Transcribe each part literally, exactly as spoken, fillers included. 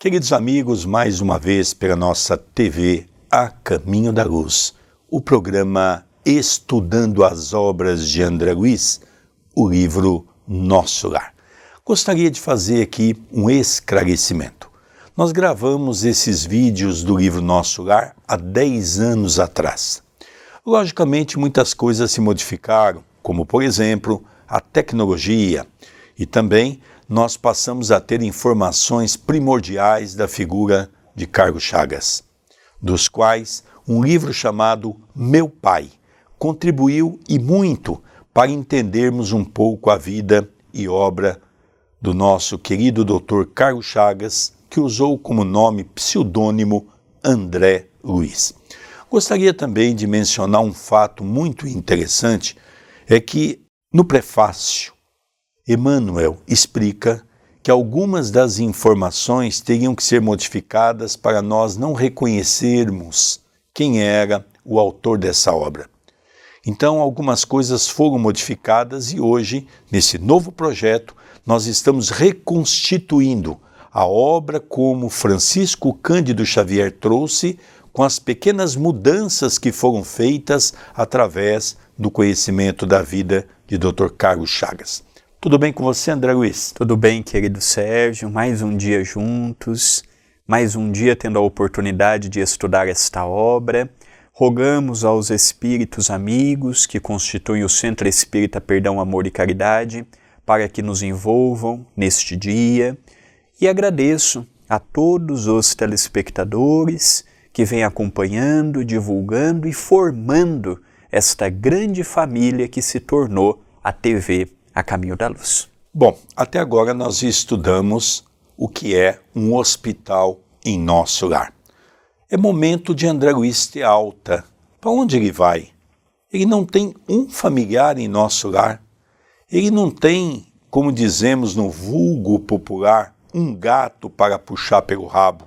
Queridos amigos, mais uma vez pela nossa T V A Caminho da Luz, o programa Estudando as Obras de André Luiz, o livro Nosso Lar. Gostaria de fazer aqui um esclarecimento. Nós gravamos esses vídeos do livro Nosso Lar há dez anos atrás. Logicamente, muitas coisas se modificaram, como, por exemplo, a tecnologia, e também nós passamos a ter informações primordiais da figura de Carlos Chagas, dos quais um livro chamado Meu Pai contribuiu e muito para entendermos um pouco a vida e obra do nosso querido doutor Carlos Chagas, que usou como nome pseudônimo André Luiz. Gostaria também de mencionar um fato muito interessante, é que no prefácio Emmanuel explica que algumas das informações teriam que ser modificadas para nós não reconhecermos quem era o autor dessa obra. Então, algumas coisas foram modificadas e hoje, nesse novo projeto, nós estamos reconstituindo a obra como Francisco Cândido Xavier trouxe, com as pequenas mudanças que foram feitas através do conhecimento da vida de doutor Carlos Chagas. Tudo bem com você, André Luiz? Tudo bem, querido Sérgio. Mais um dia juntos, mais um dia tendo a oportunidade de estudar esta obra. Rogamos aos espíritos amigos que constituem o Centro Espírita Perdão, Amor e Caridade para que nos envolvam neste dia. E agradeço a todos os telespectadores que vêm acompanhando, divulgando e formando esta grande família que se tornou a T V A Caminho da Luz. Bom, até agora nós estudamos o que é um hospital em nosso lar. É momento de André Luiz ter alta. Para onde ele vai? Ele não tem um familiar em nosso lar. Ele não tem, como dizemos no vulgo popular, um gato para puxar pelo rabo.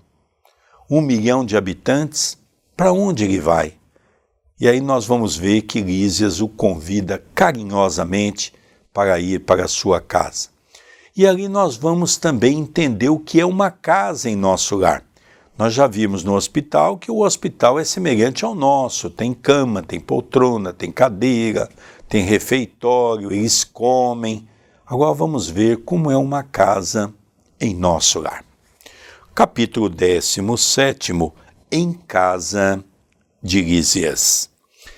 Um milhão de habitantes, para onde ele vai? E aí nós vamos ver que Lísias o convida carinhosamente para ir para a sua casa. E ali nós vamos também entender o que é uma casa em nosso lar. Nós já vimos no hospital que o hospital é semelhante ao nosso. Tem cama, tem poltrona, tem cadeira, tem refeitório, eles comem. Agora vamos ver como é uma casa em nosso lar. Capítulo décimo sétimo, em casa de Lísias.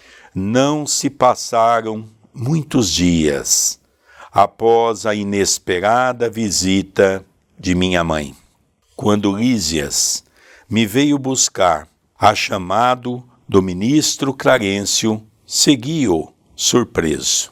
Não se passaram muitos dias após a inesperada visita de minha mãe, quando Lísias me veio buscar, a chamado do ministro Clarencio, segui-o surpreso.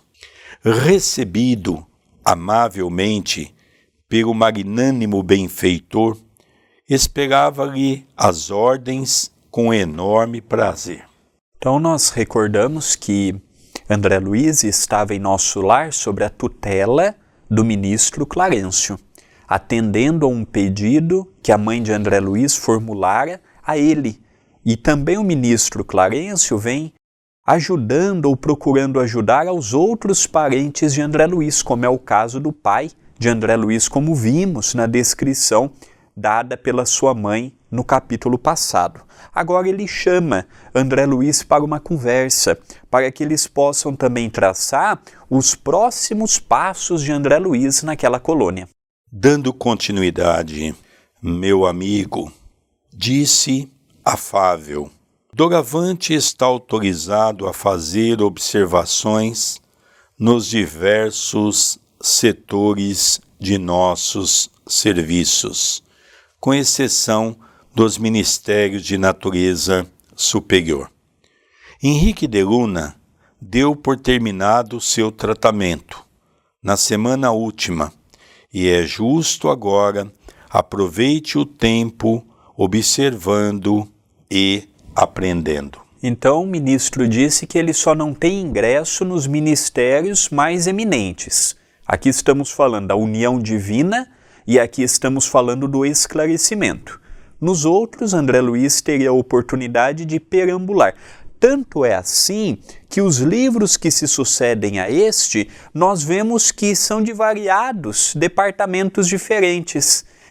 Recebido amavelmente pelo magnânimo benfeitor, esperava-lhe as ordens com enorme prazer. Então nós recordamos que André Luiz estava em nosso lar sob a tutela do ministro Clarencio, atendendo a um pedido que a mãe de André Luiz formulara a ele. E também o ministro Clarencio vem ajudando ou procurando ajudar aos outros parentes de André Luiz, como é o caso do pai de André Luiz, como vimos na descrição dada pela sua mãe no capítulo passado. Agora ele chama André Luiz para uma conversa, para que eles possam também traçar os próximos passos de André Luiz naquela colônia. Dando continuidade, meu amigo, disse afável, doravante está autorizado a fazer observações nos diversos setores de nossos serviços, com exceção dos ministérios de natureza superior. Henrique de Luna deu por terminado seu tratamento na semana última e é justo agora aproveite o tempo observando e aprendendo. Então o ministro disse que ele só não tem ingresso nos ministérios mais eminentes. Aqui estamos falando da união divina e aqui estamos falando do esclarecimento. Nos outros, André Luiz teria a oportunidade de perambular. Tanto é assim que os livros que se sucedem a este, nós vemos que são de variados departamentos diferentes.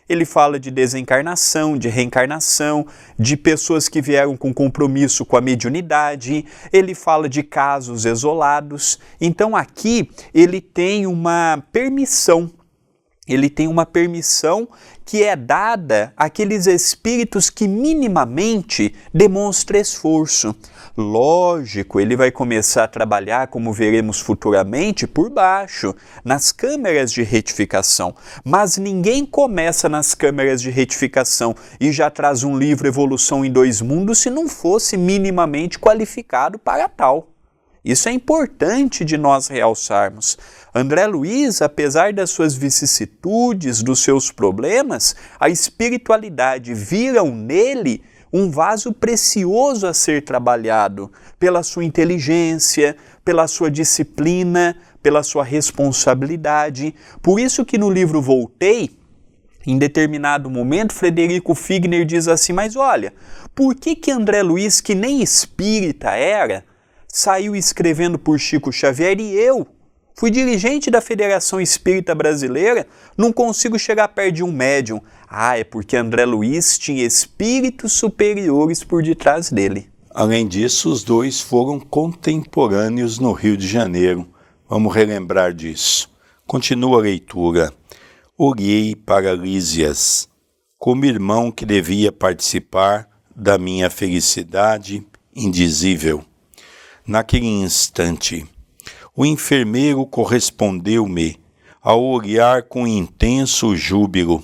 Ele fala de desencarnação, de reencarnação, de pessoas que vieram com compromisso com a mediunidade, ele fala de casos isolados. Então aqui ele tem uma permissão, ele tem uma permissão que é dada àqueles espíritos que minimamente demonstram esforço. Lógico, ele vai começar a trabalhar, como veremos futuramente, por baixo, nas câmeras de retificação. Mas ninguém começa nas câmeras de retificação e já traz um livro Evolução em Dois Mundos se não fosse minimamente qualificado para tal. Isso é importante de nós realçarmos. André Luiz, apesar das suas vicissitudes, dos seus problemas, a espiritualidade viram nele um vaso precioso a ser trabalhado pela sua inteligência, pela sua disciplina, pela sua responsabilidade. Por isso que no livro Voltei, em determinado momento, Frederico Figner diz assim, mas olha, por que que André Luiz, que nem espírita era, saiu escrevendo por Chico Xavier e eu, fui dirigente da Federação Espírita Brasileira, não consigo chegar perto de um médium. Ah, é porque André Luiz tinha espíritos superiores por detrás dele. Além disso, os dois foram contemporâneos no Rio de Janeiro. Vamos relembrar disso. Continua a leitura. Olhei para Lísias, como irmão que devia participar da minha felicidade indizível. Naquele instante, o enfermeiro correspondeu-me ao olhar com intenso júbilo.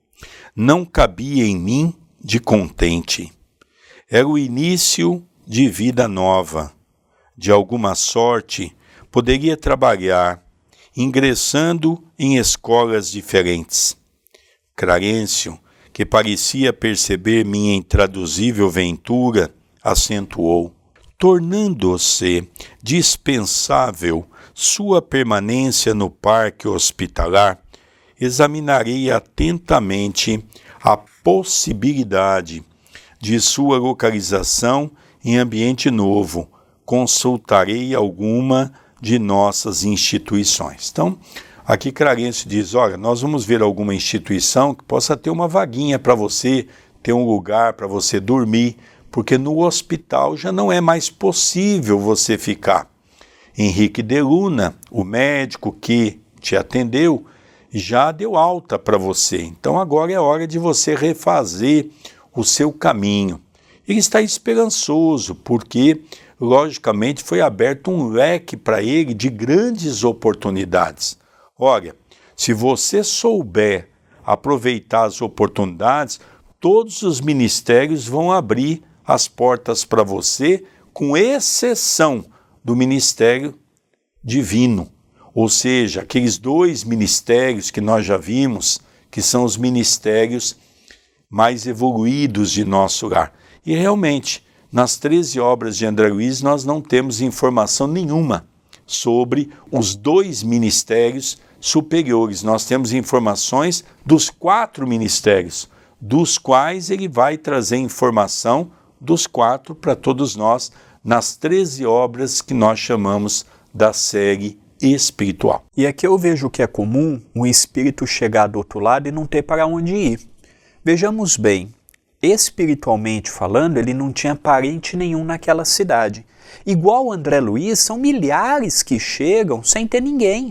Não cabia em mim de contente. Era o início de vida nova. De alguma sorte, poderia trabalhar, ingressando em escolas diferentes. Clarencio, que parecia perceber minha intraduzível ventura, acentuou. Tornando-se dispensável sua permanência no parque hospitalar, examinarei atentamente a possibilidade de sua localização em ambiente novo. Consultarei alguma de nossas instituições. Então, aqui Clarencio diz, olha, nós vamos ver alguma instituição que possa ter uma vaguinha para você, ter um lugar para você dormir, porque no hospital já não é mais possível você ficar. Henrique de Luna, o médico que te atendeu, já deu alta para você. Então agora é hora de você refazer o seu caminho. Ele está esperançoso, porque, logicamente, foi aberto um leque para ele de grandes oportunidades. Olha, se você souber aproveitar as oportunidades, todos os ministérios vão abrir as portas para você, com exceção do ministério divino. Ou seja, aqueles dois ministérios que nós já vimos, que são os ministérios mais evoluídos de nosso lar. E realmente, nas treze obras de André Luiz, nós não temos informação nenhuma sobre os dois ministérios superiores. Nós temos informações dos quatro ministérios, dos quais ele vai trazer informação dos quatro para todos nós, nas treze obras que nós chamamos da série espiritual. E aqui eu vejo que é comum um espírito chegar do outro lado e não ter para onde ir. Vejamos bem, espiritualmente falando, ele não tinha parente nenhum naquela cidade. Igual André Luiz, são milhares que chegam sem ter ninguém.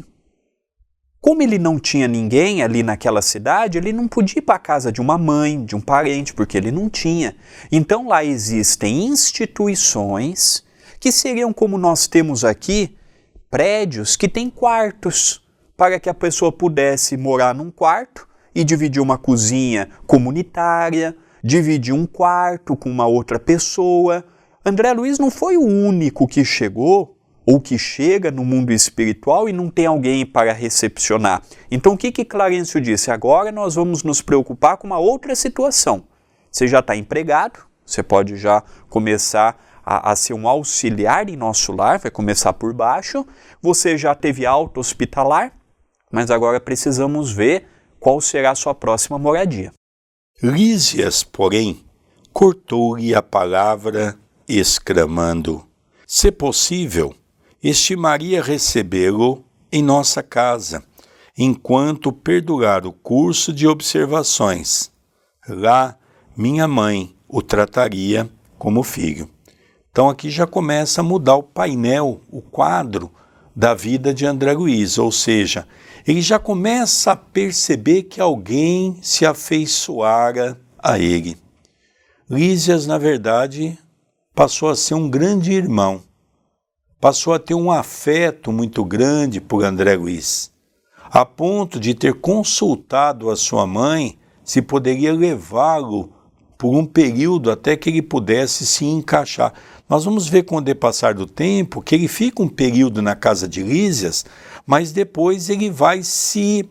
Como ele não tinha ninguém ali naquela cidade, ele não podia ir para a casa de uma mãe, de um parente, porque ele não tinha. Então lá existem instituições que seriam como nós temos aqui, prédios que têm quartos, para que a pessoa pudesse morar num quarto e dividir uma cozinha comunitária, dividir um quarto com uma outra pessoa. André Luiz não foi o único que chegou ou que chega no mundo espiritual e não tem alguém para recepcionar. Então o que que Clarencio disse? Agora nós vamos nos preocupar com uma outra situação. Você já está empregado, você pode já começar a, a ser um auxiliar em nosso lar, vai começar por baixo, você já teve alta hospitalar, mas agora precisamos ver qual será a sua próxima moradia. Lísias, porém, cortou-lhe a palavra, exclamando, se possível, estimaria recebê-lo em nossa casa, enquanto perdurar o curso de observações. Lá, minha mãe o trataria como filho. Então aqui já começa a mudar o painel, o quadro da vida de André Luiz, ou seja, ele já começa a perceber que alguém se afeiçoara a ele. Lísias, na verdade, passou a ser um grande irmão, passou a ter um afeto muito grande por André Luiz, a ponto de ter consultado a sua mãe se poderia levá-lo por um período até que ele pudesse se encaixar. Nós vamos ver com o depassar do tempo que ele fica um período na casa de Lísias, mas depois ele vai se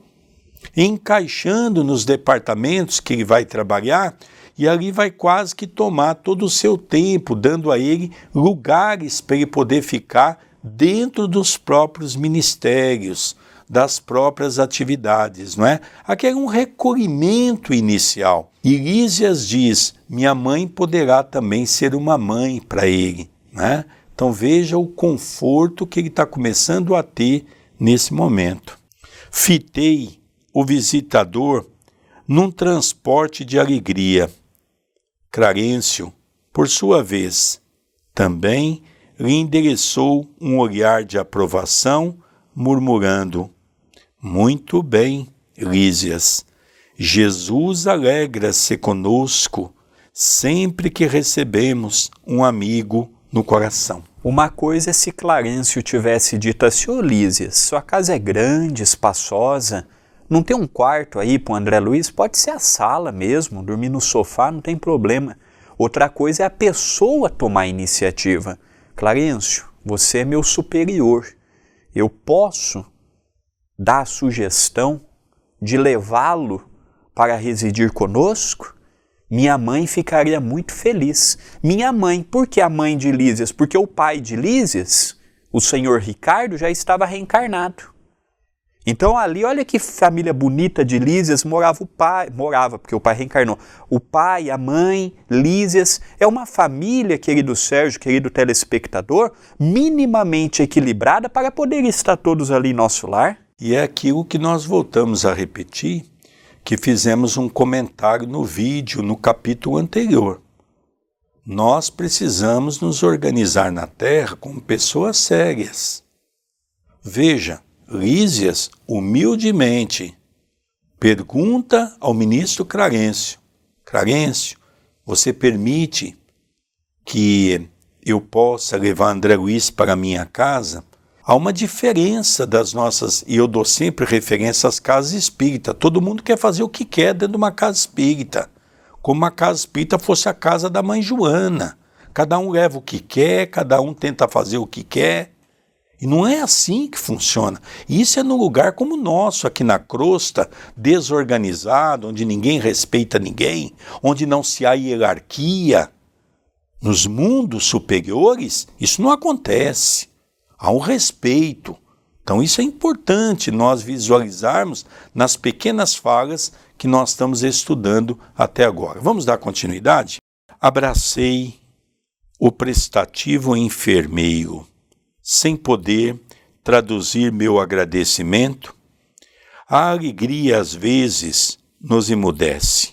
encaixando nos departamentos que ele vai trabalhar e ali vai quase que tomar todo o seu tempo, dando a ele lugares para ele poder ficar dentro dos próprios ministérios, das próprias atividades, não é? Aqui é um recolhimento inicial. E Lísias diz, minha mãe poderá também ser uma mãe para ele, né? Então veja o conforto que ele está começando a ter nesse momento. Fitei o visitador num transporte de alegria. Clarencio, por sua vez, também lhe endereçou um olhar de aprovação, murmurando, muito bem, Lísias, Jesus alegra-se conosco sempre que recebemos um amigo no coração. Uma coisa é se Clarencio tivesse dito assim, ô Lísias, sua casa é grande, espaçosa, não tem um quarto aí para o André Luiz? Pode ser a sala mesmo, dormir no sofá, não tem problema. Outra coisa é a pessoa tomar a iniciativa. Clarencio, você é meu superior. Eu posso dar a sugestão de levá-lo para residir conosco? Minha mãe ficaria muito feliz. Minha mãe, por que a mãe de Lísias? Porque o pai de Lísias, o senhor Ricardo, já estava reencarnado. Então ali, olha que família bonita de Lísias, morava o pai, morava porque o pai reencarnou. O pai, a mãe, Lísias, é uma família, querido Sérgio, querido telespectador, minimamente equilibrada para poder estar todos ali em nosso lar. E é aquilo que nós voltamos a repetir, que fizemos um comentário no vídeo, no capítulo anterior. Nós precisamos nos organizar na Terra como pessoas sérias. Veja, Lísias, humildemente, pergunta ao ministro Clarencio, Clarencio, você permite que eu possa levar André Luiz para a minha casa? Há uma diferença das nossas, e eu dou sempre referência às casas espíritas. Todo mundo quer fazer o que quer dentro de uma casa espírita, como uma casa espírita fosse a casa da mãe Joana. Cada um leva o que quer, cada um tenta fazer o que quer. E não é assim que funciona. Isso é num lugar como o nosso, aqui na crosta, desorganizado, onde ninguém respeita ninguém, onde não se há hierarquia. Nos mundos superiores, isso não acontece. Há um respeito. Então isso é importante nós visualizarmos nas pequenas falhas que nós estamos estudando até agora. Vamos dar continuidade? Abracei o prestativo enfermeiro, sem poder traduzir meu agradecimento. A alegria às vezes nos emudece.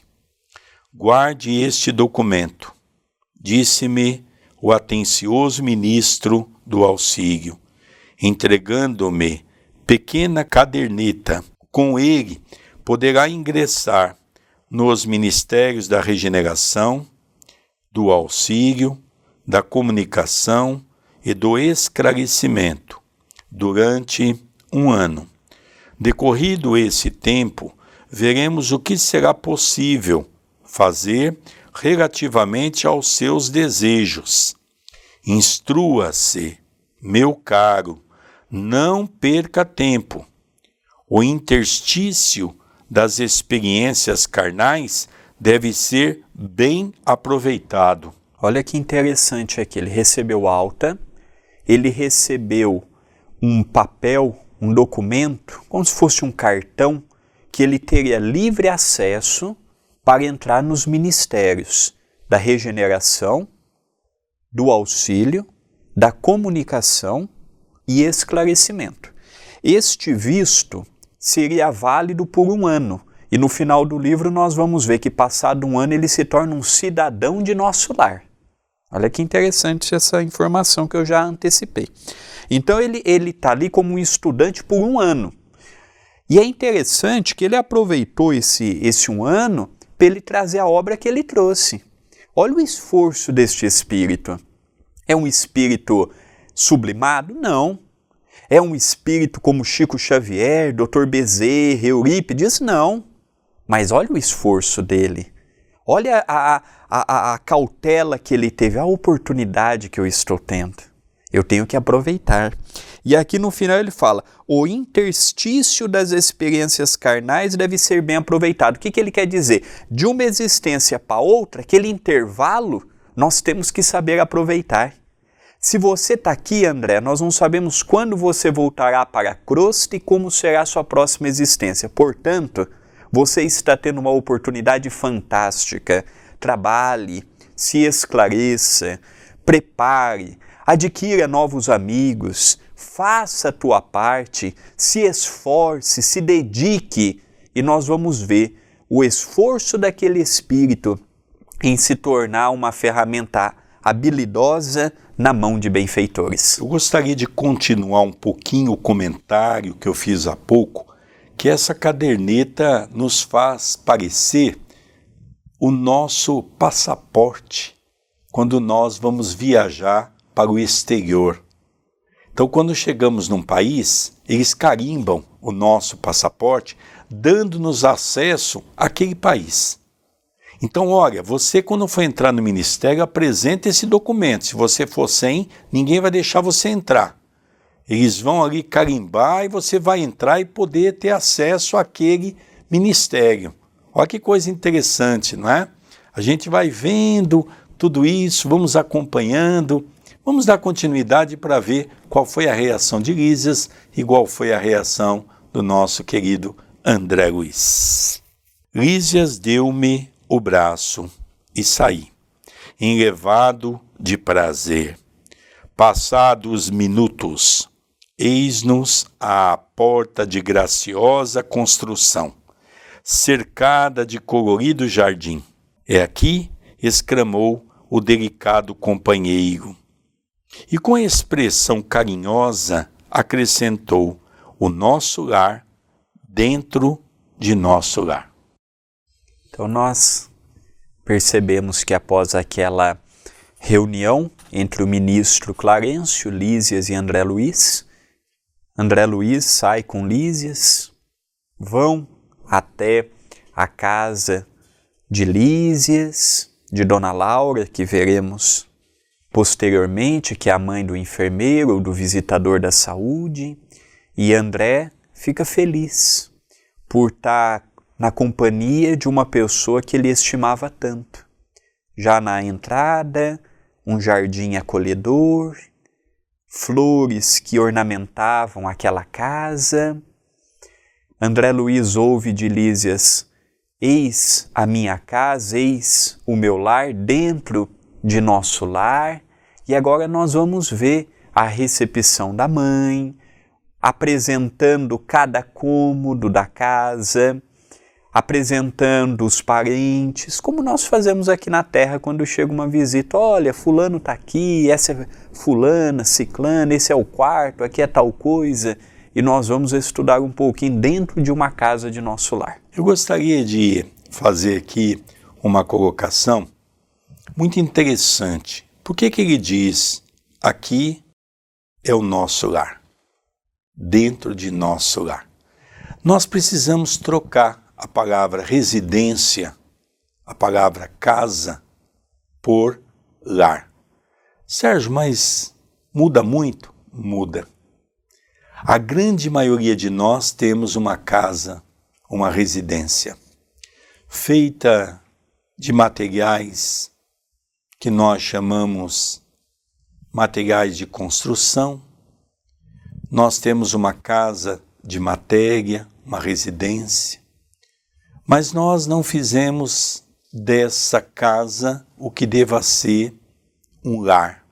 Guarde este documento, disse-me o atencioso ministro do auxílio, entregando-me pequena caderneta. Com ele poderá ingressar nos ministérios da regeneração, do auxílio, da comunicação e do esclarecimento durante um ano. Decorrido esse tempo, veremos o que será possível fazer relativamente aos seus desejos. Instrua-se, meu caro, não perca tempo. O interstício das experiências carnais deve ser bem aproveitado. Olha que interessante aqui, ele recebeu alta, ele recebeu um papel, um documento, como se fosse um cartão, que ele teria livre acesso para entrar nos ministérios da regeneração, do auxílio, da comunicação e esclarecimento. Este visto seria válido por um ano. E no final do livro nós vamos ver que passado um ano ele se torna um cidadão de nosso lar. Olha que interessante essa informação que eu já antecipei. Então ele ele está ali como um estudante por um ano. E é interessante que ele aproveitou esse, esse um ano para ele trazer a obra que ele trouxe. Olha o esforço deste espírito. É um espírito sublimado? Não. É um espírito como Chico Xavier, doutor Bezerra, Eurípides? Não. Mas olha o esforço dele. Olha a, a, a, a cautela que ele teve, a oportunidade que eu estou tendo. Eu tenho que aproveitar. E aqui no final ele fala, o interstício das experiências carnais deve ser bem aproveitado. O que, que ele quer dizer? De uma existência para outra, aquele intervalo, nós temos que saber aproveitar. Se você está aqui, André, nós não sabemos quando você voltará para a crosta e como será a sua próxima existência. Portanto, você está tendo uma oportunidade fantástica. Trabalhe, se esclareça, prepare, adquira novos amigos, faça a tua parte, se esforce, se dedique e nós vamos ver o esforço daquele espírito em se tornar uma ferramenta habilidosa na mão de benfeitores. Eu gostaria de continuar um pouquinho o comentário que eu fiz há pouco, que essa caderneta nos faz parecer o nosso passaporte quando nós vamos viajar para o exterior. Então, quando chegamos num país, eles carimbam o nosso passaporte, dando-nos acesso àquele país. Então, olha, você quando for entrar no ministério, apresenta esse documento. Se você for sem, ninguém vai deixar você entrar. Eles vão ali carimbar e você vai entrar e poder ter acesso àquele ministério. Olha que coisa interessante, não é? A gente vai vendo tudo isso, vamos acompanhando, vamos dar continuidade para ver qual foi a reação de Lísias e qual foi a reação do nosso querido André Luiz. Lísias deu-me o braço e saí, enlevado de prazer. Passados minutos, eis-nos à porta de graciosa construção, cercada de colorido jardim. É aqui, exclamou o delicado companheiro. E com expressão carinhosa acrescentou, o nosso lar dentro de nosso lar. Então nós percebemos que após aquela reunião entre o ministro Clarencio, Lísias e André Luiz, André Luiz sai com Lísias, vão até a casa de Lísias, de Dona Laura, que veremos posteriormente, que é a mãe do enfermeiro ou do visitador da saúde, e André fica feliz por estar na companhia de uma pessoa que ele estimava tanto. Já na entrada, um jardim acolhedor, flores que ornamentavam aquela casa. André Luiz ouve de Lísias, eis a minha casa, eis o meu lar dentro de nosso lar. E agora nós vamos ver a recepção da mãe, apresentando cada cômodo da casa, apresentando os parentes, como nós fazemos aqui na terra quando chega uma visita. Olha, fulano está aqui, essa é fulana, ciclana, esse é o quarto, aqui é tal coisa. E nós vamos estudar um pouquinho dentro de uma casa de nosso lar. Eu gostaria de fazer aqui uma colocação muito interessante. Por que que ele diz, aqui é o nosso lar, dentro de nosso lar? Nós precisamos trocar a palavra residência, a palavra casa, por lar. Sérgio, mas muda muito? Muda. A grande maioria de nós temos uma casa, uma residência, feita de materiais que nós chamamos materiais de construção. Nós temos uma casa de matéria, uma residência, mas nós não fizemos dessa casa o que deva ser um lar.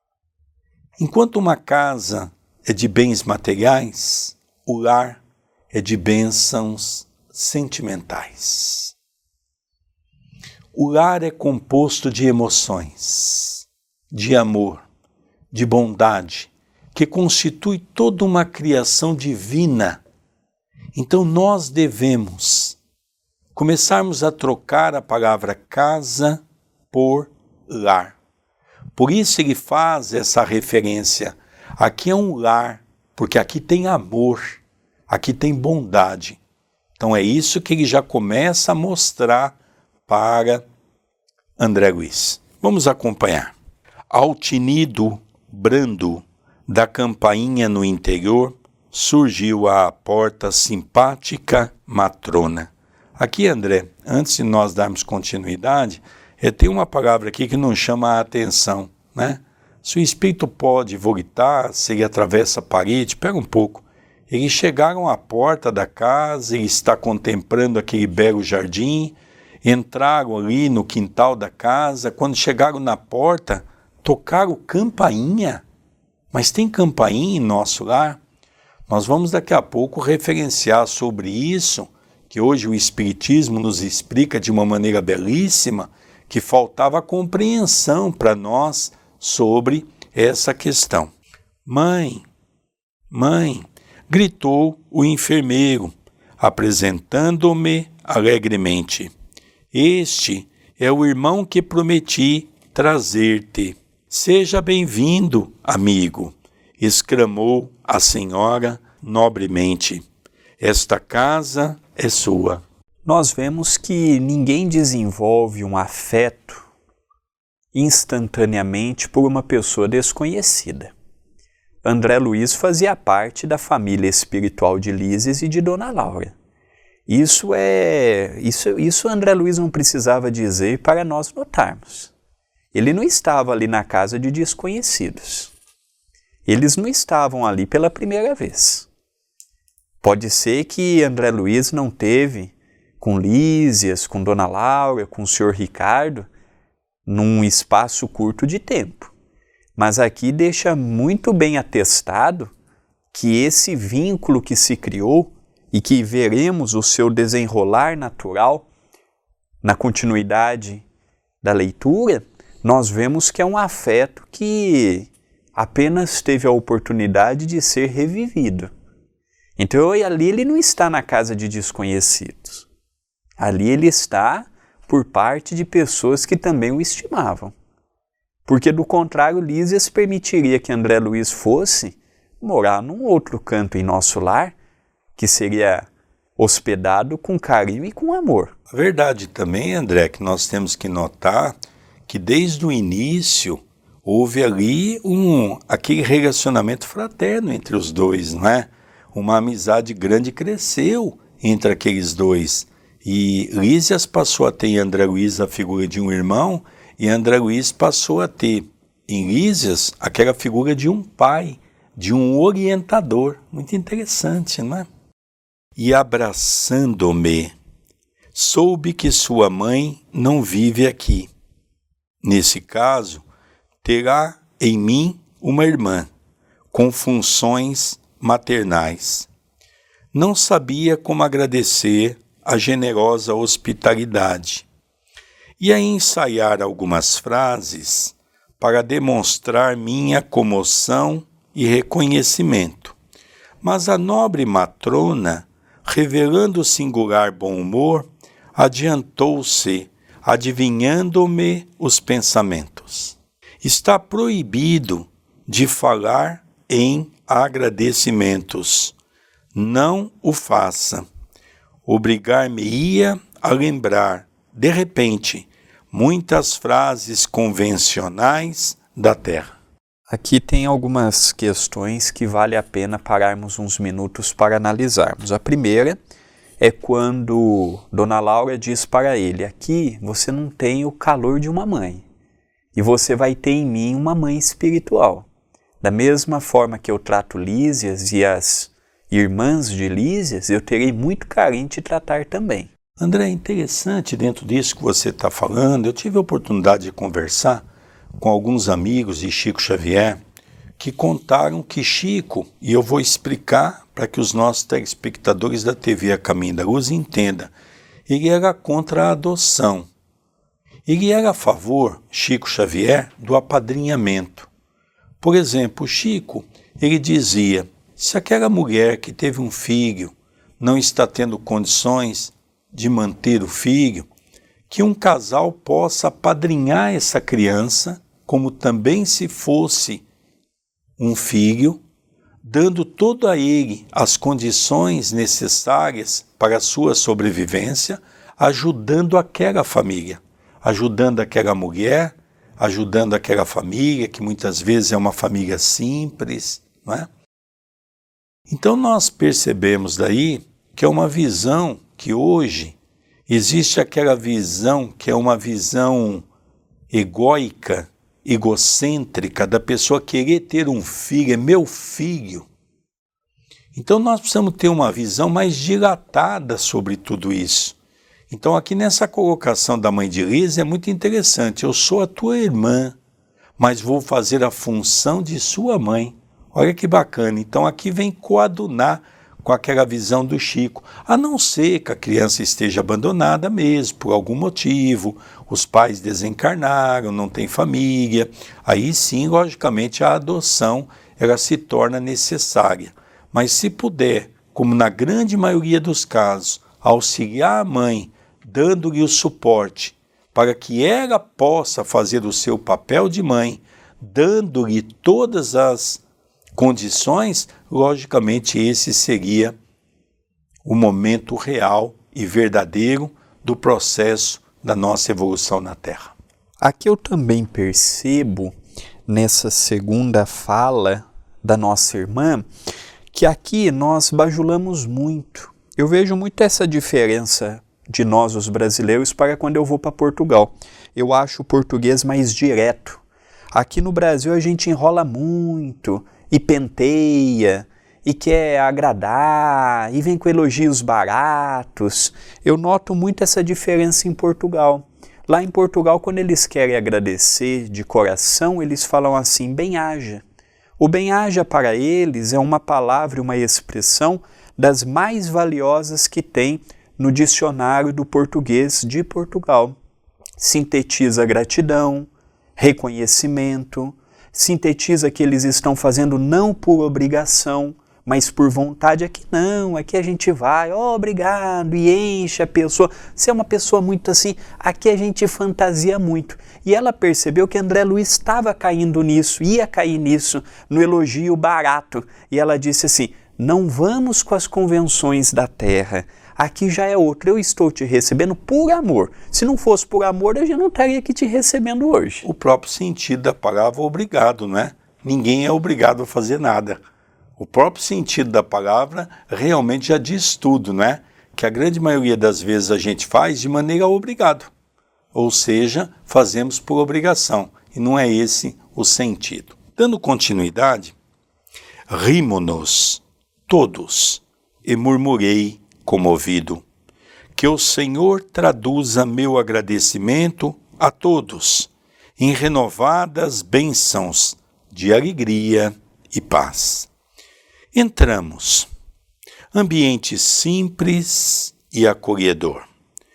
Enquanto uma casa é de bens materiais, o lar é de bênçãos sentimentais. O lar é composto de emoções, de amor, de bondade, que constitui toda uma criação divina. Então nós devemos começarmos a trocar a palavra casa por lar. Por isso ele faz essa referência. Aqui é um lar, porque aqui tem amor, aqui tem bondade. Então é isso que ele já começa a mostrar para André Luiz. Vamos acompanhar. Ao tinido brando da campainha no interior, surgiu à porta simpática matrona. Aqui, André, antes de nós darmos continuidade, é, tem uma palavra aqui que nos chama a atenção, né? Se o espírito pode voltar, se ele atravessa a parede, pega um pouco. Eles chegaram à porta da casa, ele está contemplando aquele belo jardim, entraram ali no quintal da casa, quando chegaram na porta, tocaram campainha. Mas tem campainha em nosso lar? Nós vamos daqui a pouco referenciar sobre isso, que hoje o Espiritismo nos explica de uma maneira belíssima, que faltava compreensão para nós sobre essa questão. Mãe, mãe, gritou o enfermeiro, apresentando-me alegremente. Este é o irmão que prometi trazer-te. Seja bem-vindo, amigo, exclamou a senhora nobremente. Esta casa é sua. Nós vemos que ninguém desenvolve um afeto instantaneamente por uma pessoa desconhecida. André Luiz fazia parte da família espiritual de Lísias e de Dona Laura. Isso é, isso, isso André Luiz não precisava dizer para nós notarmos. Ele não estava ali na casa de desconhecidos. Eles não estavam ali pela primeira vez. Pode ser que André Luiz não teve com Lísias, com Dona Laura, com o senhor Ricardo, num espaço curto de tempo. Mas aqui deixa muito bem atestado que esse vínculo que se criou e que veremos o seu desenrolar natural na continuidade da leitura, nós vemos que é um afeto que apenas teve a oportunidade de ser revivido. Então ali ele não está na casa de desconhecidos. Ali ele está por parte de pessoas que também o estimavam. Porque do contrário, Lísias permitiria que André Luiz fosse morar num outro canto em nosso lar, que seria hospedado com carinho e com amor. A verdade também, André, que nós temos que notar que desde o início houve ali um, aquele relacionamento fraterno entre os dois, não é? Uma amizade grande cresceu entre aqueles dois. E Lísias passou a ter em André Luiz a figura de um irmão, e André Luiz passou a ter em Lísias aquela figura de um pai, de um orientador. Muito interessante, não é? E abraçando-me, soube que sua mãe não vive aqui. Nesse caso, terá em mim uma irmã, com funções maternais. Não sabia como agradecer a generosa hospitalidade. E a ensaiar algumas frases para demonstrar minha comoção e reconhecimento. Mas a nobre matrona, revelando singular bom humor, adiantou-se, adivinhando-me os pensamentos. Está proibido de falar em agradecimentos. Não o faça. Obrigar-me-ia a lembrar, de repente, muitas frases convencionais da terra. Aqui tem algumas questões que vale a pena pararmos uns minutos para analisarmos. A primeira é quando Dona Laura diz para ele: aqui você não tem o calor de uma mãe, e você vai ter em mim uma mãe espiritual. Da mesma forma que eu trato Lísias e as irmãs de Lísias, eu terei muito carinho de tratar também. André, é interessante dentro disso que você está falando. Eu tive a oportunidade de conversar com alguns amigos de Chico Xavier que contaram que Chico, e eu vou explicar para que os nossos telespectadores da T V A Caminho da Luz entendam, ele era contra a adoção. Ele era a favor, Chico Xavier, do apadrinhamento. Por exemplo, Chico, ele dizia, se aquela mulher que teve um filho não está tendo condições de manter o filho, que um casal possa apadrinhar essa criança, como também se fosse um filho, dando todo a ele as condições necessárias para a sua sobrevivência, ajudando aquela família, ajudando aquela mulher, ajudando aquela família, que muitas vezes é uma família simples, não é? Então nós percebemos daí que é uma visão que hoje existe aquela visão que é uma visão egóica, egocêntrica, da pessoa querer ter um filho, é meu filho. Então nós precisamos ter uma visão mais dilatada sobre tudo isso. Então aqui nessa colocação da mãe de Liz é muito interessante, eu sou a tua irmã, mas vou fazer a função de sua mãe. Olha que bacana, então aqui vem coadunar com aquela visão do Chico, a não ser que a criança esteja abandonada mesmo, por algum motivo, os pais desencarnaram, não tem família, aí sim, logicamente, a adoção ela se torna necessária. Mas se puder, como na grande maioria dos casos, auxiliar a mãe, dando-lhe o suporte, para que ela possa fazer o seu papel de mãe, dando-lhe todas as condições, logicamente esse seria o momento real e verdadeiro do processo da nossa evolução na Terra. Aqui eu também percebo, nessa segunda fala da nossa irmã, que aqui nós bajulamos muito. Eu vejo muito essa diferença de nós, os brasileiros, para quando eu vou para Portugal. Eu acho o português mais direto. Aqui no Brasil a gente enrola muito e penteia, e quer agradar, e vem com elogios baratos. Eu noto muito essa diferença em Portugal. Lá em Portugal, quando eles querem agradecer de coração, eles falam assim, bem-aja. O bem-aja para eles é uma palavra, uma expressão das mais valiosas que tem no dicionário do português de Portugal. Sintetiza gratidão, reconhecimento, sintetiza que eles estão fazendo não por obrigação, mas por vontade. Aqui não, aqui a gente vai, oh, obrigado, e enche a pessoa. Se é uma pessoa muito assim, aqui a gente fantasia muito. E ela percebeu que André Luiz estava caindo nisso, ia cair nisso, no elogio barato. E ela disse assim, não vamos com as convenções da terra, aqui já é outro, eu estou te recebendo por amor. Se não fosse por amor, eu já não estaria aqui te recebendo hoje. O próprio sentido da palavra obrigado, não é? Ninguém é obrigado a fazer nada. O próprio sentido da palavra realmente já diz tudo, não é? Que a grande maioria das vezes a gente faz de maneira obrigado. Ou seja, fazemos por obrigação. E não é esse o sentido. Dando continuidade, rimo-nos todos e murmurei comovido, que o Senhor traduza meu agradecimento a todos em renovadas bênçãos de alegria e paz. Entramos, ambiente simples e acolhedor,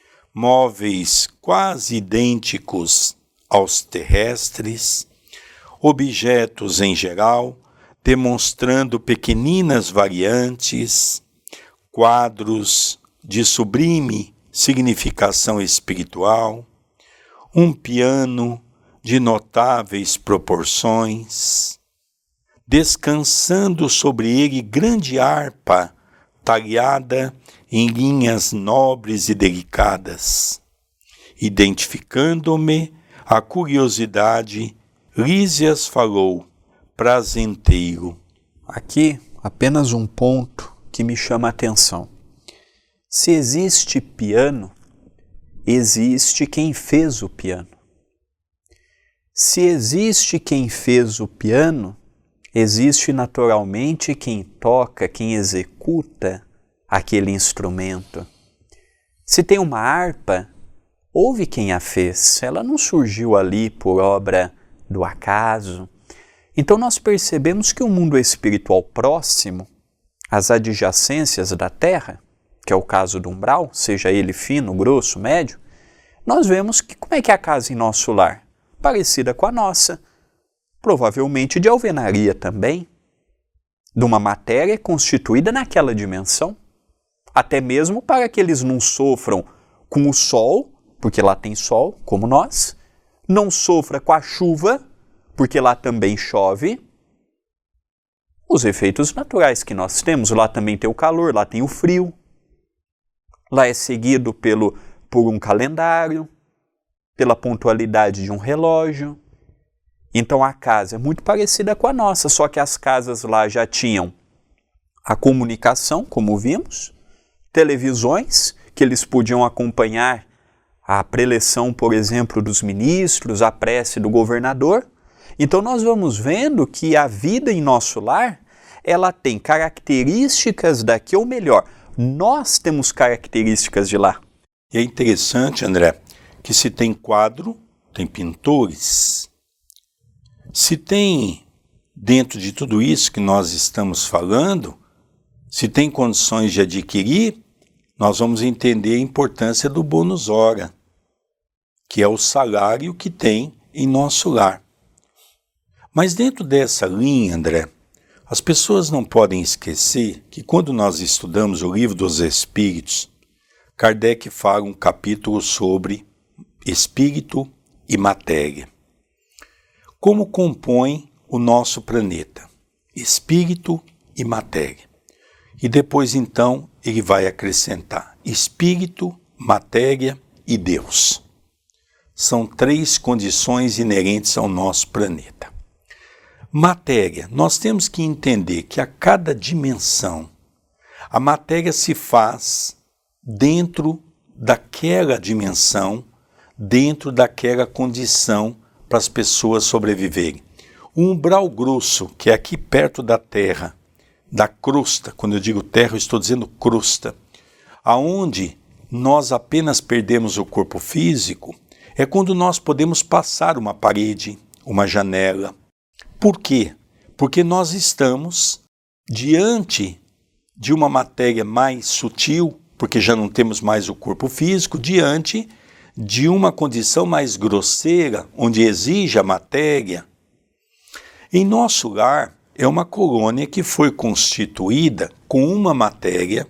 móveis quase idênticos aos terrestres, objetos em geral, demonstrando pequeninas variantes, quadros de sublime significação espiritual, um piano de notáveis proporções, descansando sobre ele grande harpa talhada em linhas nobres e delicadas. Identificando-me a curiosidade, Lísias falou, prazenteiro. Aqui, apenas um ponto que me chama a atenção. Se existe piano, existe quem fez o piano. Se existe quem fez o piano, existe naturalmente quem toca, quem executa aquele instrumento. Se tem uma harpa, houve quem a fez. Ela não surgiu ali por obra do acaso. Então nós percebemos que o mundo espiritual próximo, as adjacências da Terra, que é o caso do umbral, seja ele fino, grosso, médio, nós vemos que como é que é a casa em nosso lar? Parecida com a nossa, provavelmente de alvenaria também, de uma matéria constituída naquela dimensão, até mesmo para que eles não sofram com o sol, porque lá tem sol, como nós, não sofra com a chuva, porque lá também chove, os efeitos naturais que nós temos. Lá também tem o calor, lá tem o frio, lá é seguido pelo, por um calendário, pela pontualidade de um relógio. Então a casa é muito parecida com a nossa, só que as casas lá já tinham a comunicação, como vimos, televisões, que eles podiam acompanhar a preleção, por exemplo, dos ministros, a prece do governador. Então nós vamos vendo que a vida em nosso lar, ela tem características daqui, ou melhor, nós temos características de lá. E é interessante, André, que se tem quadro, tem pintores. Se tem, dentro de tudo isso que nós estamos falando, se tem condições de adquirir, nós vamos entender a importância do bônus hora, que é o salário que tem em nosso lar. Mas dentro dessa linha, André, as pessoas não podem esquecer que quando nós estudamos o Livro dos Espíritos, Kardec fala um capítulo sobre espírito e matéria. Como compõe o nosso planeta? Espírito e matéria. E depois, então, ele vai acrescentar espírito, matéria e Deus. São três condições inerentes ao nosso planeta. Matéria, nós temos que entender que a cada dimensão, a matéria se faz dentro daquela dimensão, dentro daquela condição para as pessoas sobreviverem. O umbral grosso, que é aqui perto da Terra, da crosta, quando eu digo terra, eu estou dizendo crosta, aonde nós apenas perdemos o corpo físico, é quando nós podemos passar uma parede, uma janela. Por quê? Porque nós estamos diante de uma matéria mais sutil, porque já não temos mais o corpo físico, diante de uma condição mais grosseira, onde exige a matéria. Em nosso lar, é uma colônia que foi constituída com uma matéria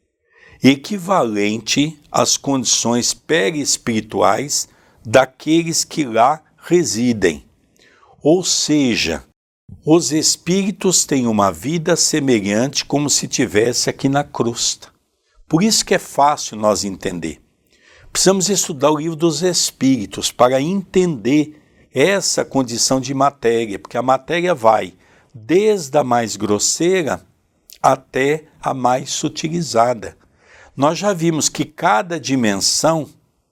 equivalente às condições perispirituais daqueles que lá residem. Ou seja, os espíritos têm uma vida semelhante como se tivesse aqui na crosta. Por isso que é fácil nós entender. Precisamos estudar o Livro dos Espíritos para entender essa condição de matéria, porque a matéria vai desde a mais grosseira até a mais sutilizada. Nós já vimos que cada dimensão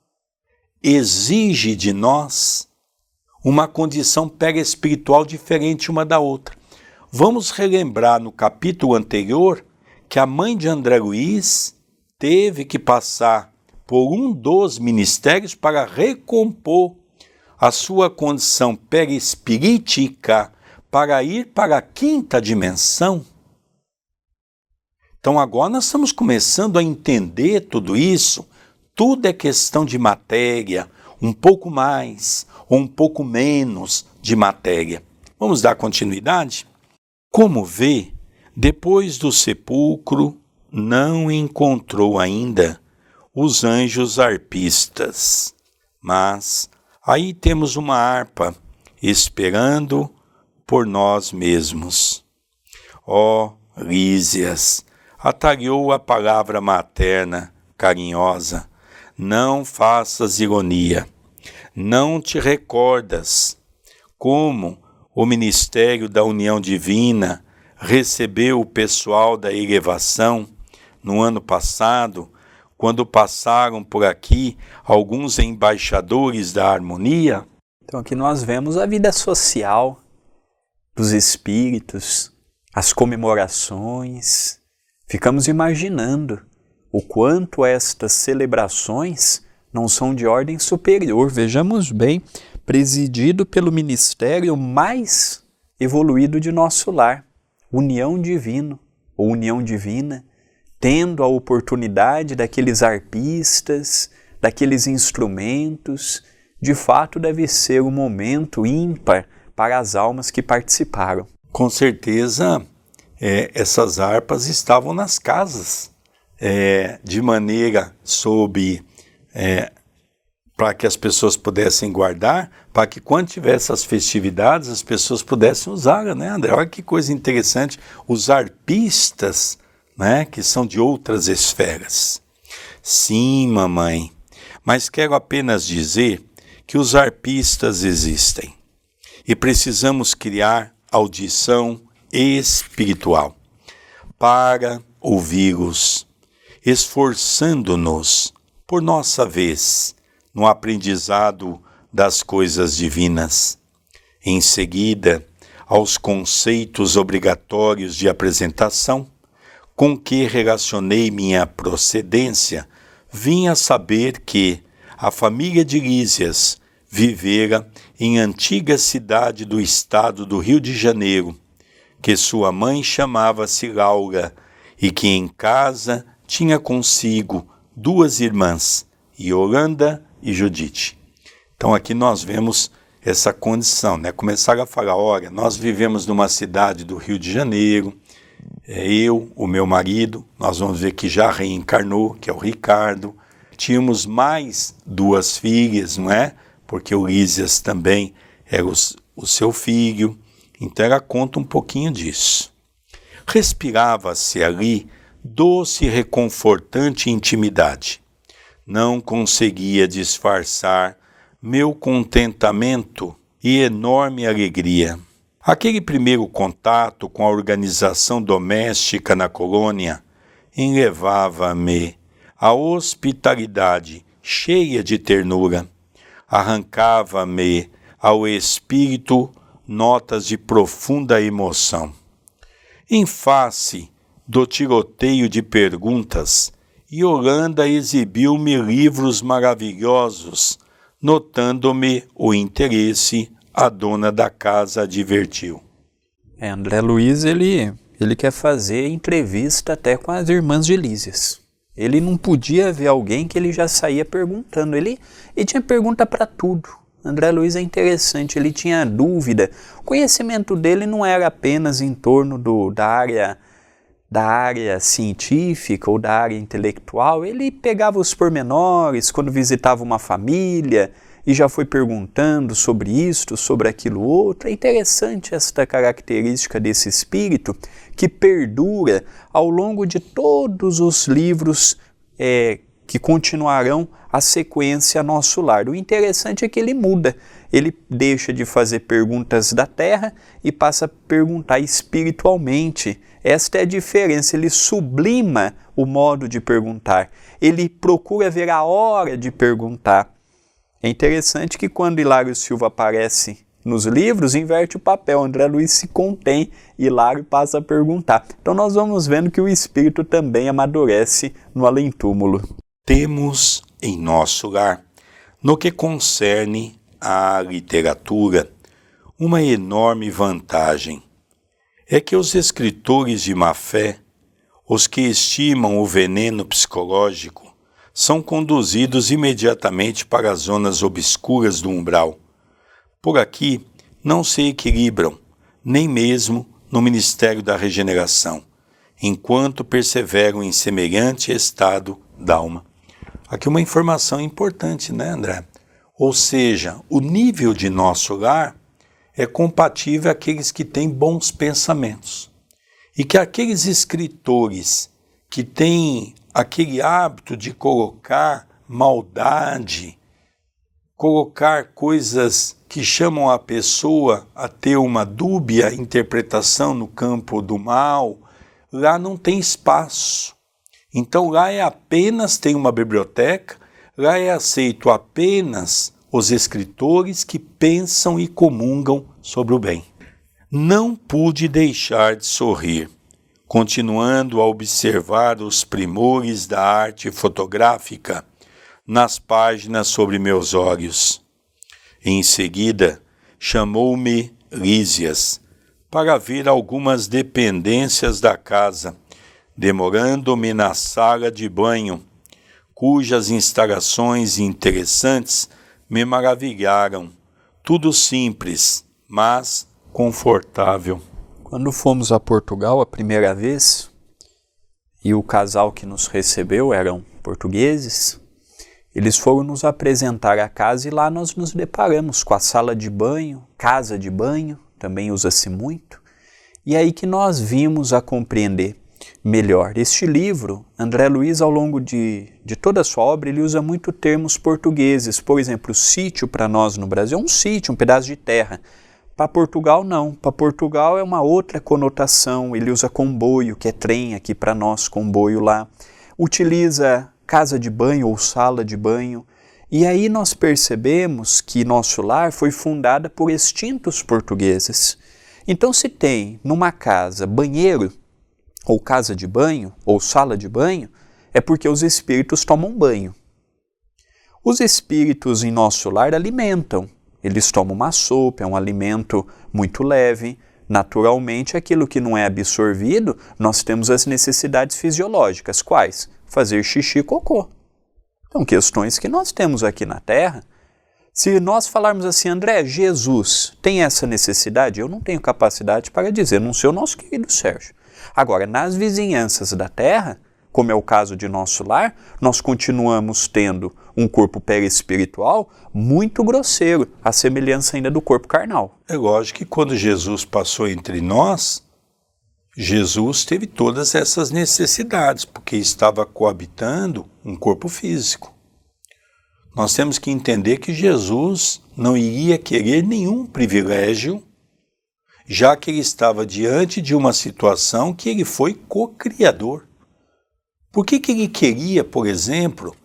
exige de nós uma condição perispiritual diferente uma da outra. Vamos relembrar no capítulo anterior que a mãe de André Luiz teve que passar por um dos ministérios para recompor a sua condição perispirítica para ir para a quinta dimensão. Então agora nós estamos começando a entender tudo isso. Tudo é questão de matéria, um pouco mais ou um pouco menos de matéria. Vamos dar continuidade? Como vê, depois do sepulcro não encontrou ainda os anjos arpistas, mas aí temos uma harpa esperando por nós mesmos. Ó Lísias, atalhou a palavra materna, carinhosa, não faças ironia, não te recordas como o ministério da união divina recebeu o pessoal da elevação no ano passado, quando passaram por aqui alguns embaixadores da harmonia? Então aqui nós vemos a vida social dos espíritos, as comemorações. Ficamos imaginando o quanto estas celebrações não são de ordem superior. Vejamos bem, presidido pelo ministério mais evoluído de nosso lar, união divino ou união divina, tendo a oportunidade daqueles arpistas, daqueles instrumentos. De fato, deve ser um momento ímpar para as almas que participaram. Com certeza, é, essas harpas estavam nas casas, é, de maneira sob, é, para que as pessoas pudessem guardar, para que quando tivesse as festividades, as pessoas pudessem usá-la, né, André? Olha que coisa interessante, os arpistas, né, que são de outras esferas. Sim, mamãe, mas quero apenas dizer que os arpistas existem e precisamos criar audição espiritual para ouvi-los, esforçando-nos por nossa vez no aprendizado das coisas divinas. Em seguida, aos conceitos obrigatórios de apresentação, com que relacionei minha procedência, vim a saber que a família de Lísias vivera em antiga cidade do estado do Rio de Janeiro, que sua mãe chamava-se Laura e que em casa tinha consigo duas irmãs, Yolanda e Judite. Então aqui nós vemos essa condição, né? Começaram a falar, olha, nós vivemos numa cidade do Rio de Janeiro, é, eu, o meu marido, nós vamos ver que já reencarnou, que é o Ricardo, tínhamos mais duas filhas, não é? Porque o Lísias também era os, o seu filho, então ela conta um pouquinho disso. Respirava-se ali doce e reconfortante intimidade. Não conseguia disfarçar meu contentamento e enorme alegria. Aquele primeiro contato com a organização doméstica na colônia enlevava-me à hospitalidade cheia de ternura, arrancava-me ao espírito notas de profunda emoção. Em face do tiroteio de perguntas, Yolanda exibiu-me livros maravilhosos, notando-me o interesse, a dona da casa advertiu. É, André Luiz, ele, ele quer fazer entrevista até com as irmãs de Lísias. Ele não podia ver alguém que ele já saía perguntando. Ele, ele tinha pergunta para tudo. André Luiz é interessante, ele tinha dúvida. O conhecimento dele não era apenas em torno do, da, área, da área científica ou da área intelectual. Ele pegava os pormenores quando visitava uma família e já foi perguntando sobre isto, sobre aquilo outro. É interessante esta característica desse espírito que perdura ao longo de todos os livros é, que continuarão a sequência a nosso lar. O interessante é que ele muda. Ele deixa de fazer perguntas da terra e passa a perguntar espiritualmente. Esta é a diferença. Ele sublima o modo de perguntar. Ele procura ver a hora de perguntar. É interessante que quando Hilário Silva aparece nos livros, inverte o papel. André Luiz se contém, Hilário passa a perguntar. Então nós vamos vendo que o espírito também amadurece no além-túmulo. Temos em nosso lar, no que concerne à literatura, uma enorme vantagem. É que os escritores de má fé, os que estimam o veneno psicológico, são conduzidos imediatamente para as zonas obscuras do umbral. Por aqui não se equilibram, nem mesmo no ministério da regeneração, enquanto perseveram em semelhante estado d'alma. Aqui uma informação importante, né, André? Ou seja, o nível de nosso lar é compatível àqueles que têm bons pensamentos. E que aqueles escritores que têm aquele hábito de colocar maldade, colocar coisas que chamam a pessoa a ter uma dúbia interpretação no campo do mal, lá não tem espaço. Então lá é apenas, tem uma biblioteca, lá é aceito apenas os escritores que pensam e comungam sobre o bem. Não pude deixar de sorrir, continuando a observar os primores da arte fotográfica nas páginas sobre meus olhos. Em seguida, chamou-me Lísias, para ver algumas dependências da casa, demorando-me na sala de banho, cujas instalações interessantes me maravilharam. Tudo simples, mas confortável. Quando fomos a Portugal a primeira vez, e o casal que nos recebeu eram portugueses, eles foram nos apresentar a casa e lá nós nos deparamos com a sala de banho, casa de banho, também usa-se muito, e é aí que nós vimos a compreender melhor. Este livro, André Luiz, ao longo de, de toda a sua obra, ele usa muito termos portugueses. Por exemplo, sítio para nós no Brasil é um sítio, um pedaço de terra. Para Portugal, não. Para Portugal é uma outra conotação. Ele usa comboio, que é trem aqui para nós, comboio lá. Utiliza casa de banho ou sala de banho. E aí nós percebemos que nosso lar foi fundada por extintos portugueses. Então, se tem numa casa banheiro, ou casa de banho, ou sala de banho, é porque os espíritos tomam banho. Os espíritos em nosso lar alimentam. Eles tomam uma sopa, é um alimento muito leve. Naturalmente, aquilo que não é absorvido, nós temos as necessidades fisiológicas. Quais? Fazer xixi e cocô. São questões que nós temos aqui na Terra. Se nós falarmos assim, André, Jesus tem essa necessidade? Eu não tenho capacidade para dizer, não sei o nosso querido Sérgio. Agora, nas vizinhanças da Terra, como é o caso de nosso lar, nós continuamos tendo um corpo perispiritual muito grosseiro, à semelhança ainda do corpo carnal. É lógico que quando Jesus passou entre nós, Jesus teve todas essas necessidades, porque estava coabitando um corpo físico. Nós temos que entender que Jesus não iria querer nenhum privilégio, já que ele estava diante de uma situação que ele foi co-criador. Por que que ele queria, por exemplo,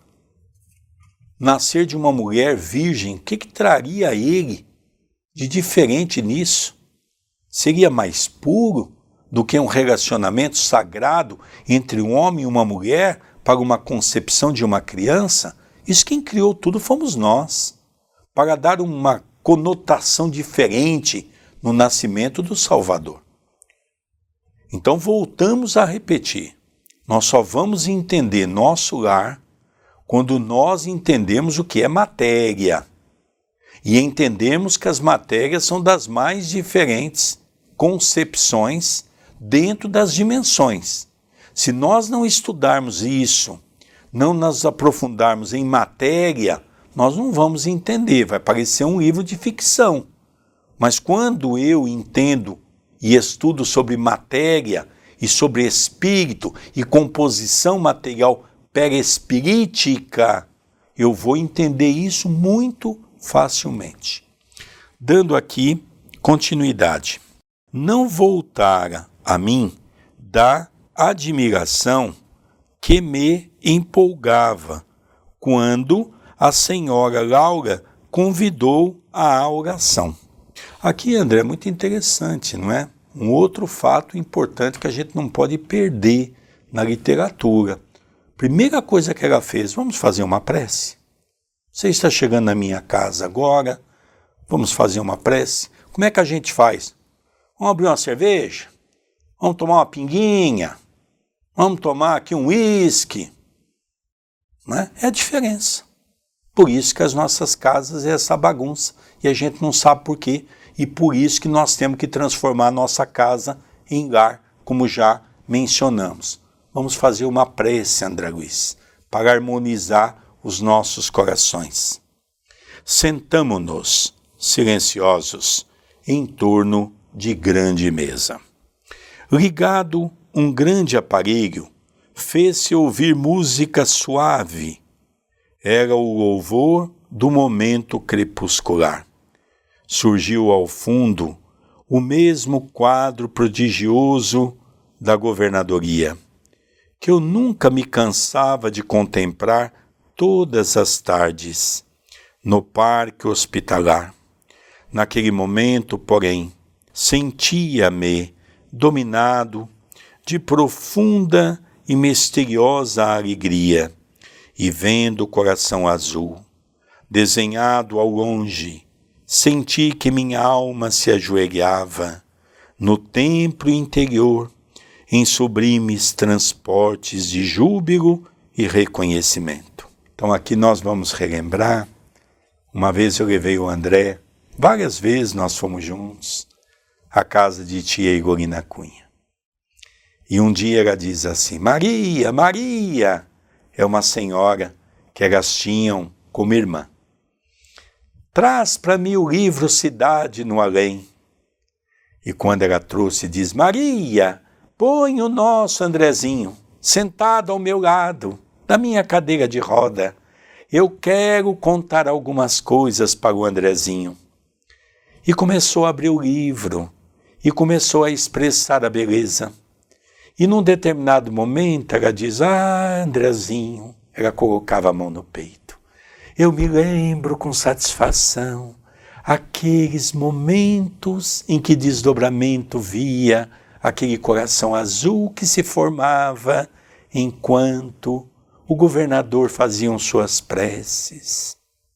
nascer de uma mulher virgem? O que que traria a ele de diferente nisso? Seria mais puro do que um relacionamento sagrado entre um homem e uma mulher para uma concepção de uma criança? Isso quem criou tudo fomos nós, para dar uma conotação diferente no nascimento do Salvador. Então voltamos a repetir, nós só vamos entender nosso lar quando nós entendemos o que é matéria e entendemos que as matérias são das mais diferentes concepções dentro das dimensões. Se nós não estudarmos isso, não nos aprofundarmos em matéria, nós não vamos entender, vai parecer um livro de ficção. Mas quando eu entendo e estudo sobre matéria e sobre espírito e composição material perispirítica, eu vou entender isso muito facilmente. Dando aqui continuidade. Não voltara a mim da admiração que me empolgava quando a senhora Laura convidou à oração. Aqui, André, é muito interessante, não é? Um outro fato importante que a gente não pode perder na literatura. Primeira coisa que ela fez, vamos fazer uma prece? Você está chegando na minha casa agora, vamos fazer uma prece? Como é que a gente faz? Vamos abrir uma cerveja? Vamos tomar uma pinguinha? Vamos tomar aqui um uísque? Né? É a diferença. Por isso que as nossas casas é essa bagunça e a gente não sabe por quê. E por isso que nós temos que transformar a nossa casa em lar, como já mencionamos. Vamos fazer uma prece, André Luiz, para harmonizar os nossos corações. Sentamo-nos, silenciosos, em torno de grande mesa. Ligado um grande aparelho, fez-se ouvir música suave. Era o louvor do momento crepuscular. Surgiu ao fundo o mesmo quadro prodigioso da governadoria, que eu nunca me cansava de contemplar todas as tardes, no parque hospitalar. Naquele momento, porém, sentia-me dominado de profunda e misteriosa alegria, e vendo o coração azul, desenhado ao longe, senti que minha alma se ajoelhava no templo interior, em sublimes transportes de júbilo e reconhecimento. Então aqui nós vamos relembrar, uma vez eu levei o André, várias vezes nós fomos juntos, à casa de tia Igorina Cunha. E um dia ela diz assim, Maria, Maria, é uma senhora que elas tinham como irmã. Traz para mim o livro Cidade no Além. E quando ela trouxe, diz, Maria, põe o nosso Andrezinho sentado ao meu lado, na minha cadeira de roda. Eu quero contar algumas coisas para o Andrezinho. E começou a abrir o livro, e começou a expressar a beleza. E num determinado momento ela diz, ah, Andrezinho, ela colocava a mão no peito. Eu me lembro com satisfação aqueles momentos em que desdobramento via aquele coração azul que se formava enquanto o governador fazia suas preces.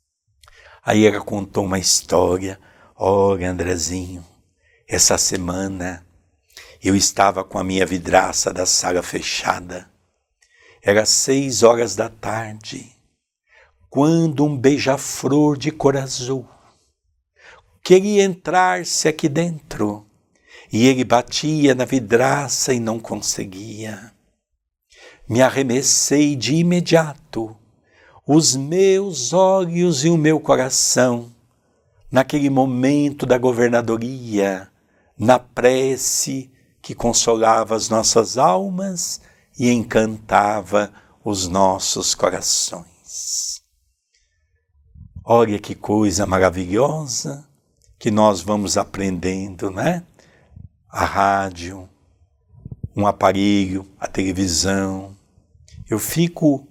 Aí ela contou uma história. Olha, Andrezinho, essa semana eu estava com a minha vidraça da sala fechada. Era seis horas da tarde, quando um beija-flor de cor azul queria entrar-se aqui dentro, e ele batia na vidraça e não conseguia. Me arremessei de imediato, os meus olhos e o meu coração, naquele momento da governadoria, na prece que consolava as nossas almas e encantava os nossos corações. Olha que coisa maravilhosa que nós vamos aprendendo, né? A rádio, um aparelho, a televisão. Eu fico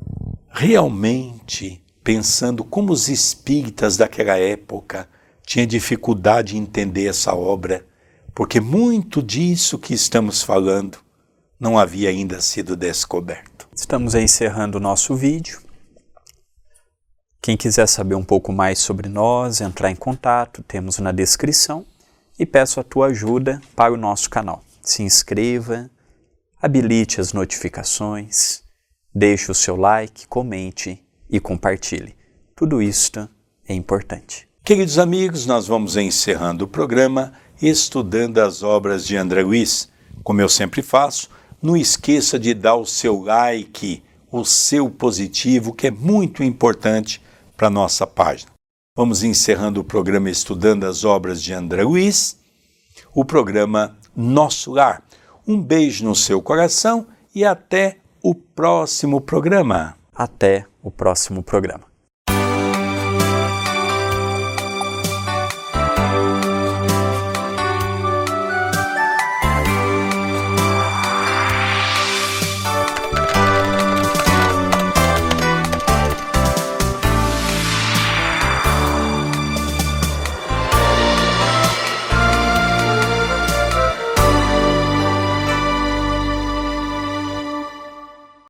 realmente pensando como os espíritas daquela época tinham dificuldade em entender essa obra, porque muito disso que estamos falando não havia ainda sido descoberto. Estamos encerrando o nosso vídeo. Quem quiser saber um pouco mais sobre nós, entrar em contato, temos na descrição, e peço a tua ajuda para o nosso canal. Se inscreva, habilite as notificações, deixe o seu like, comente e compartilhe. Tudo isto é importante. Queridos amigos, nós vamos encerrando o programa estudando as obras de André Luiz. Como eu sempre faço, não esqueça de dar o seu like, o seu positivo, que é muito importante para a nossa página. Vamos encerrando o programa estudando as obras de André Luiz, o programa Nosso Lar. Um beijo no seu coração e até o próximo programa. Até o próximo programa.